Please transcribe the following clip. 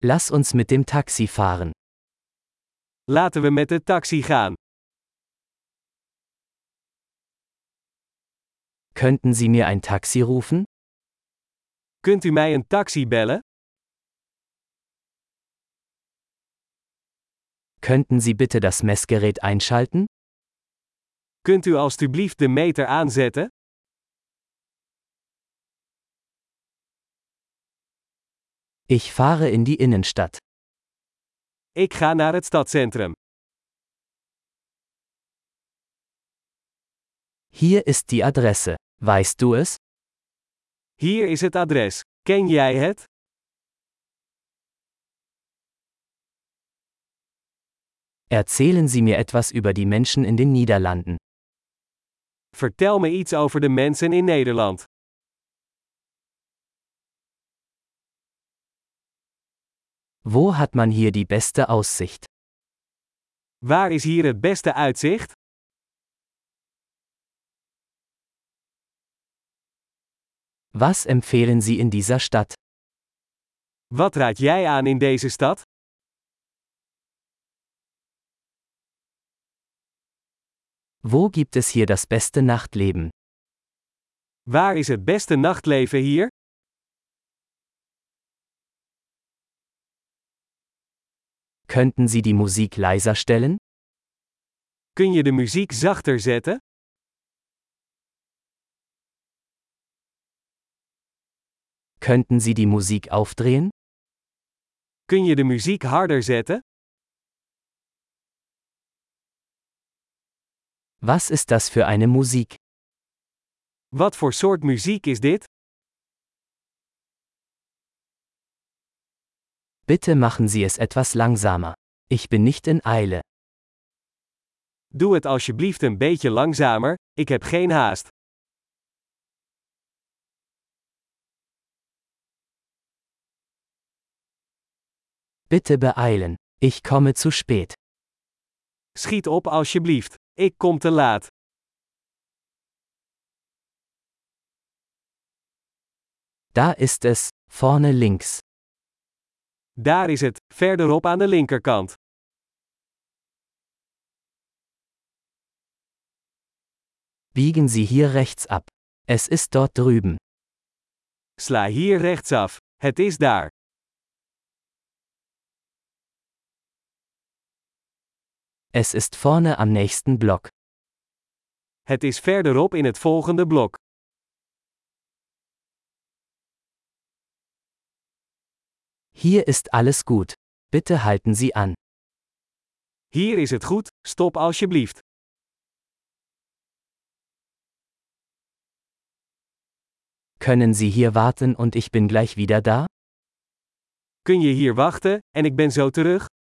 Lass uns mit dem Taxi fahren. Laten we met de taxi gaan. Könnten Sie mir ein Taxi rufen? Kunt u mij een taxi bellen? Könnten Sie bitte das Messgerät einschalten? Kunt u alstublieft de meter aanzetten? Ich fahre in die Innenstadt. Ik ga naar het stadscentrum. Hier ist die Adresse. Weißt du es? Hier is het adres. Ken jij het? Erzählen Sie mir etwas über die Menschen in den Niederlanden. Vertel me iets over de mensen in Nederland. Wo hat man hier die beste Aussicht? Waar is hier het beste uitzicht? Was empfehlen Sie in dieser Stadt? Wat raad jij aan in deze stad? Wo gibt es hier das beste Nachtleben? Waar is het beste nachtleven hier? Könnten Sie die Musik leiser stellen? Kun je de muziek zachter zetten? Könnten Sie die Musik aufdrehen? Kun je de muziek harder zetten? Was ist das für eine Musik? Wat voor soort muziek is dit? Bitte machen Sie es etwas langsamer. Ich bin nicht in Eile. Doe het alsjeblieft een beetje langzamer, ik heb geen haast. Bitte beeilen. Ich komme zu spät. Schiet op alsjeblieft. Ik kom te laat. Da ist es, vorne links. Daar is het, verderop aan de linkerkant. Biegen Sie hier rechts ab. Es ist dort drüben. Sla hier rechtsaf. Het is daar. Es ist vorne am nächsten Block. Het is verderop in het volgende blok. Hier ist alles gut. Bitte halten Sie an. Hier is het goed, stop alsjeblieft. Können Sie hier warten und ich bin gleich wieder da? Kun je hier wachten, en ik ben zo terug?